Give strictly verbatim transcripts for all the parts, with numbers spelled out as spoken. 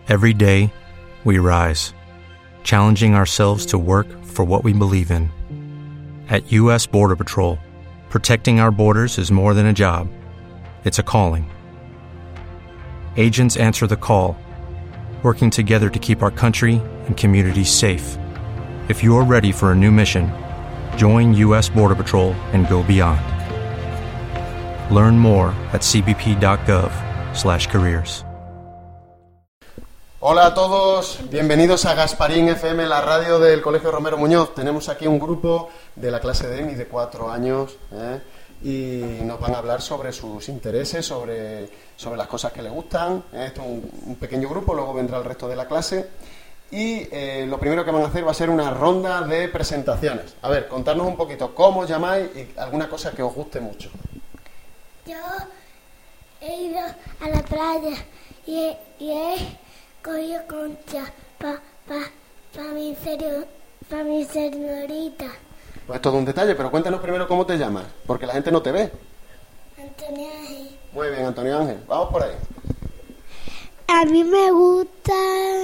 Every day, we rise, challenging ourselves to work for what we believe in. At U S Border Patrol, protecting our borders is more than a job. It's a calling. Agents answer the call, working together to keep our country and communities safe. If you are ready for a new mission, join U S Border Patrol and go beyond. Learn more at c b p dot gov slash careers. Hola a todos, bienvenidos a Gasparín F M, la radio del Colegio Romero Muñoz. Tenemos aquí un grupo de la clase de E M I de cuatro años ¿eh? y nos van a hablar sobre sus intereses, sobre, sobre las cosas que les gustan. ¿eh? Esto es un, un pequeño grupo, luego vendrá el resto de la clase. Y eh, lo primero que van a hacer va a ser una ronda de presentaciones. A ver, contarnos un poquito cómo os llamáis y alguna cosa que os guste mucho. Yo he ido a la playa y he... Y he cogido concha para pa, pa mi, serio, pa mi señorita. Pues es todo un detalle, pero cuéntanos primero cómo te llamas, porque la gente no te ve. Antonio Ángel. Muy bien, Antonio Ángel, vamos por ahí. A mí me gusta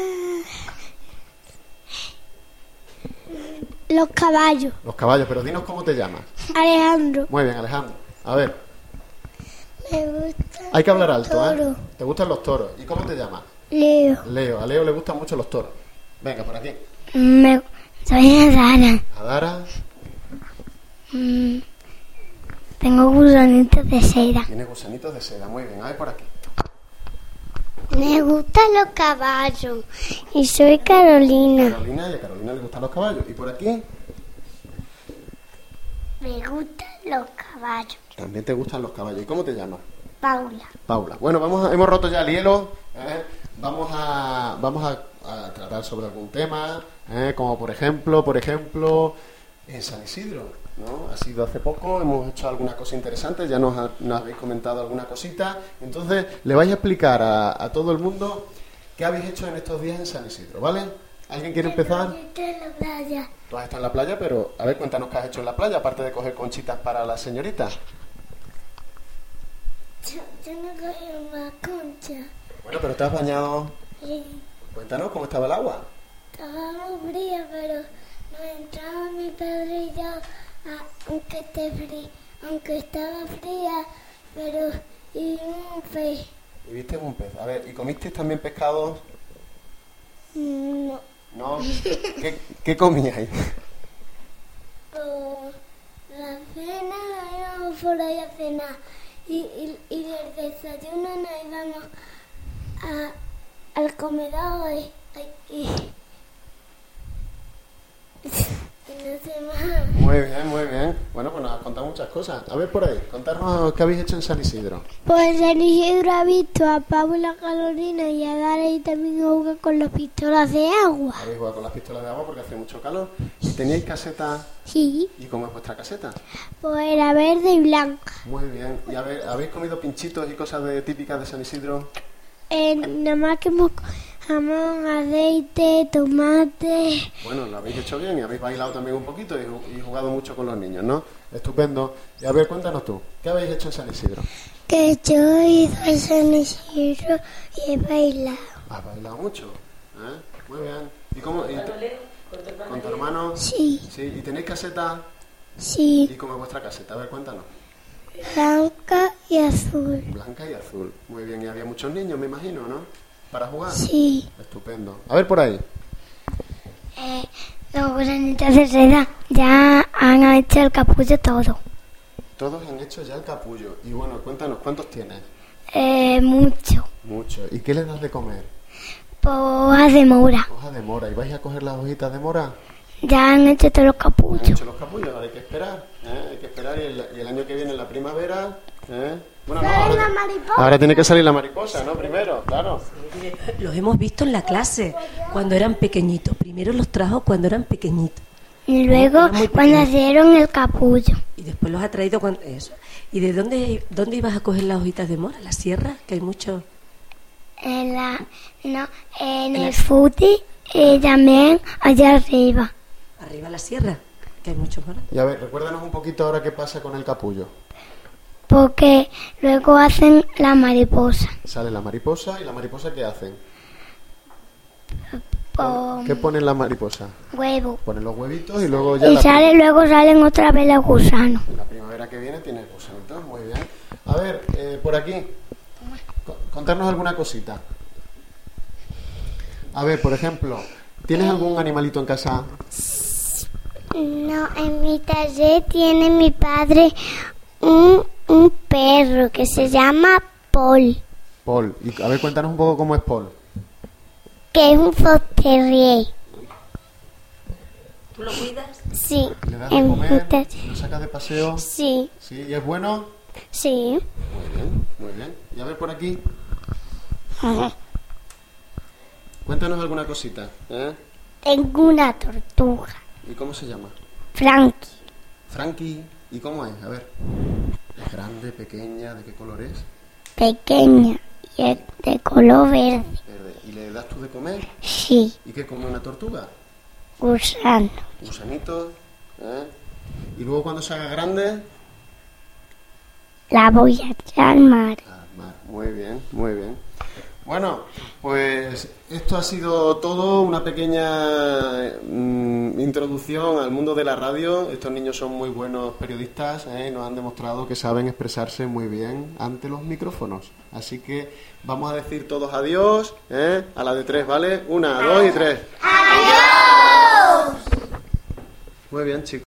los caballos. Los caballos, pero dinos cómo te llamas. Alejandro. Muy bien, Alejandro. A ver. Me gusta. Hay que hablar alto, toro. ¿eh? ¿Te gustan los toros? ¿Y cómo te llamas? Leo. Leo. A Leo le gustan mucho los toros. Venga, por aquí. Me... Soy Adara. Adara. Mm. Tengo gusanitos de seda. Tiene gusanitos de seda. Muy bien, a ver por aquí. Me gustan los caballos. Y soy Carolina. Carolina, y a Carolina le gustan los caballos. ¿Y por aquí? Me gustan los caballos. También te gustan los caballos. ¿Y cómo te llamas? Paula. Paula. Bueno, vamos a, hemos roto ya el hielo. ¿eh? Vamos a vamos a, a tratar sobre algún tema, ¿eh? como por ejemplo, por ejemplo, en San Isidro, ¿no? Ha sido hace poco, hemos hecho alguna cosa interesante, ya nos, ha, nos habéis comentado alguna cosita. Entonces, le vais a explicar a, a todo el mundo qué habéis hecho en estos días en San Isidro, ¿vale? ¿Alguien quiere empezar? Yo estoy en la playa. Tú has estado en la playa, pero a ver, cuéntanos qué has hecho en la playa, aparte de coger conchitas para las señoritas. Yo, yo no cogí más concha. Bueno, pero te has bañado. Sí. Cuéntanos cómo estaba el agua. Estaba muy fría, pero nos entraba mi padre y yo, a, aunque esté fría, aunque estaba fría, pero y un pez. Y viste un pez. A ver, ¿y comisteis también pescado? No. ¿No? ¿Qué, qué comíais? Por la cena íbamos por ahí a cenar y, y, y del desayuno nos íbamos a, al comedor y, y, y no sé más. Muy bien, muy bien. Bueno, pues nos has contado muchas cosas. A ver por ahí, contarnos qué habéis hecho en San Isidro. Pues en San Isidro ha visto a Paula, Carolina y a Dara y también a jugar con las pistolas de agua. Habéis jugado con las pistolas de agua porque hace mucho calor. ¿Y teníais caseta? Sí. ¿Y cómo es vuestra caseta? Pues era verde y blanca. Muy bien. ¿Y habe- habéis comido pinchitos y cosas de, típicas de San Isidro? Eh, nada más que hemos jamón, aceite, tomate. Bueno, lo habéis hecho bien y habéis bailado también un poquito y, ju- y jugado mucho con los niños, ¿no? Estupendo. Y a ver, cuéntanos tú, ¿qué habéis hecho en San Isidro? Que yo he ido a San Isidro y he bailado. ¿Has bailado mucho? ¿Eh? Muy bien. ¿Y cómo? Y te- ¿Con tu hermano? Sí, Sí. ¿Y tenéis caseta? ¿Y sí, cómo es vuestra caseta? A ver, cuéntanos. blanca y azul. Blanca y azul. Muy bien. Y había muchos niños, me imagino, ¿no? Para jugar. Sí. Estupendo. A ver por ahí. Eh, los gusanitos de seda ya han hecho el capullo todo. Todos han hecho ya el capullo. Y bueno, cuéntanos, ¿cuántos tienes? Eh, mucho. Muchos. ¿Y qué les das de comer? Hojas de mora. Hoja de mora. ¿Y vais a coger las hojitas de mora? Ya han hecho todos los Han capullos. hecho los capullos, ahora hay que esperar. ¿eh? Hay que esperar y el, y el año que viene, en la primavera... ¿eh? Bueno, no, ahora, ahora tiene que salir la mariposa, ¿no? Primero, claro. Los hemos visto en la clase cuando eran pequeñitos. Primero los trajo cuando eran pequeñitos Y luego Era muy cuando pequeño. hicieron el capullo. y después los ha traído cuando eso. ¿Y de dónde dónde ibas a coger las hojitas de mora? ¿La sierra? Que hay mucho. En la, no, en el fútbol y también allá arriba. Arriba la sierra, que hay muchos moras. Y a ver, recuérdanos un poquito ahora qué pasa con el capullo. Porque luego hacen la mariposa. Sale la mariposa, ¿y la mariposa qué hacen? Pon ¿Qué ponen las mariposas? huevo. Ponen los huevitos y luego ya Y la, sale, luego salen otra vez los gusanos. la primavera que viene tiene gusanitos. Muy bien. A ver, eh, por aquí, co- contarnos alguna cosita. A ver, por ejemplo, ¿tienes algún animalito en casa? No, en mi taller tiene mi padre un, un perro que se llama Paul, Paul. Y, a ver, cuéntanos un poco cómo es Paul. que es un fox terrier. ¿Tú lo cuidas? Sí, ¿Le das de en mi comer? taller. ¿Lo sacas de paseo? Sí, ¿Sí? ¿Y es bueno? sí. Muy bien, muy bien. Y a ver por aquí, cuéntanos alguna cosita. ¿eh? Tengo una tortuga, ¿Y cómo se llama? Frankie. Frankie. ¿Y cómo es? A ver. ¿Es grande, pequeña? ¿De qué color es? Pequeña y es de color verde. Verde. ¿Y le das tú de comer? Sí, ¿Y qué come una tortuga? gusano. Gusanitos. ¿eh? Y luego cuando se haga grande, La voy a echar al mar. al mar. Muy bien, muy bien. Bueno, pues esto ha sido todo, una pequeña mm, introducción al mundo de la radio. Estos niños son muy buenos periodistas ¿eh? y nos han demostrado que saben expresarse muy bien ante los micrófonos. Así que vamos a decir todos adiós, ¿eh? A la de tres, ¿vale? Una, dos y tres. ¡Adiós! Muy bien, chicos.